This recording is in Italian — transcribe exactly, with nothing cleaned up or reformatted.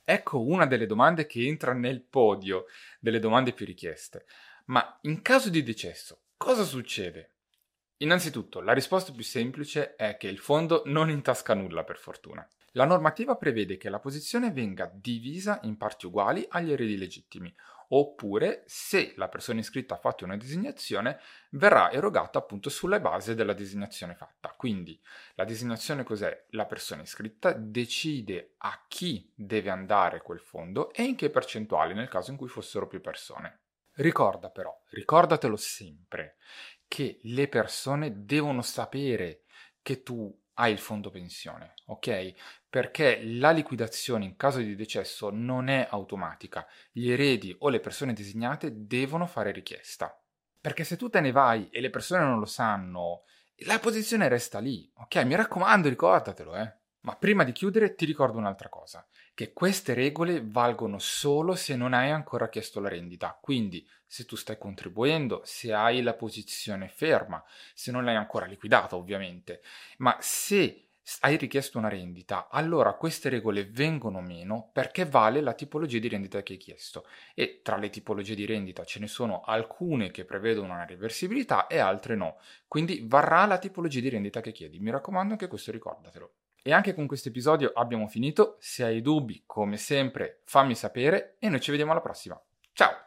Ecco una delle domande che entra nel podio delle domande più richieste. Ma in caso di decesso, cosa succede? Innanzitutto, la risposta più semplice è che il fondo non intasca nulla, per fortuna. La normativa prevede che la posizione venga divisa in parti uguali agli eredi legittimi, oppure, se la persona iscritta ha fatto una designazione, verrà erogata appunto sulla base della designazione fatta. Quindi, la designazione cos'è? La persona iscritta decide a chi deve andare quel fondo e in che percentuale, nel caso in cui fossero più persone. Ricorda però, ricordatelo sempre, che le persone devono sapere che tu hai il fondo pensione, ok? Perché la liquidazione in caso di decesso non è automatica. Gli eredi o le persone designate devono fare richiesta. Perché se tu te ne vai e le persone non lo sanno, la posizione resta lì, ok? Mi raccomando, ricordatelo, eh. Ma prima di chiudere ti ricordo un'altra cosa, che queste regole valgono solo se non hai ancora chiesto la rendita. Quindi, se tu stai contribuendo, se hai la posizione ferma, se non l'hai ancora liquidata, ovviamente. Ma se hai richiesto una rendita, allora queste regole vengono meno perché vale la tipologia di rendita che hai chiesto. E tra le tipologie di rendita ce ne sono alcune che prevedono una reversibilità e altre no. Quindi varrà la tipologia di rendita che chiedi. Mi raccomando, anche questo ricordatelo. E anche con questo episodio abbiamo finito. Se hai dubbi, come sempre, fammi sapere e noi ci vediamo alla prossima. Ciao!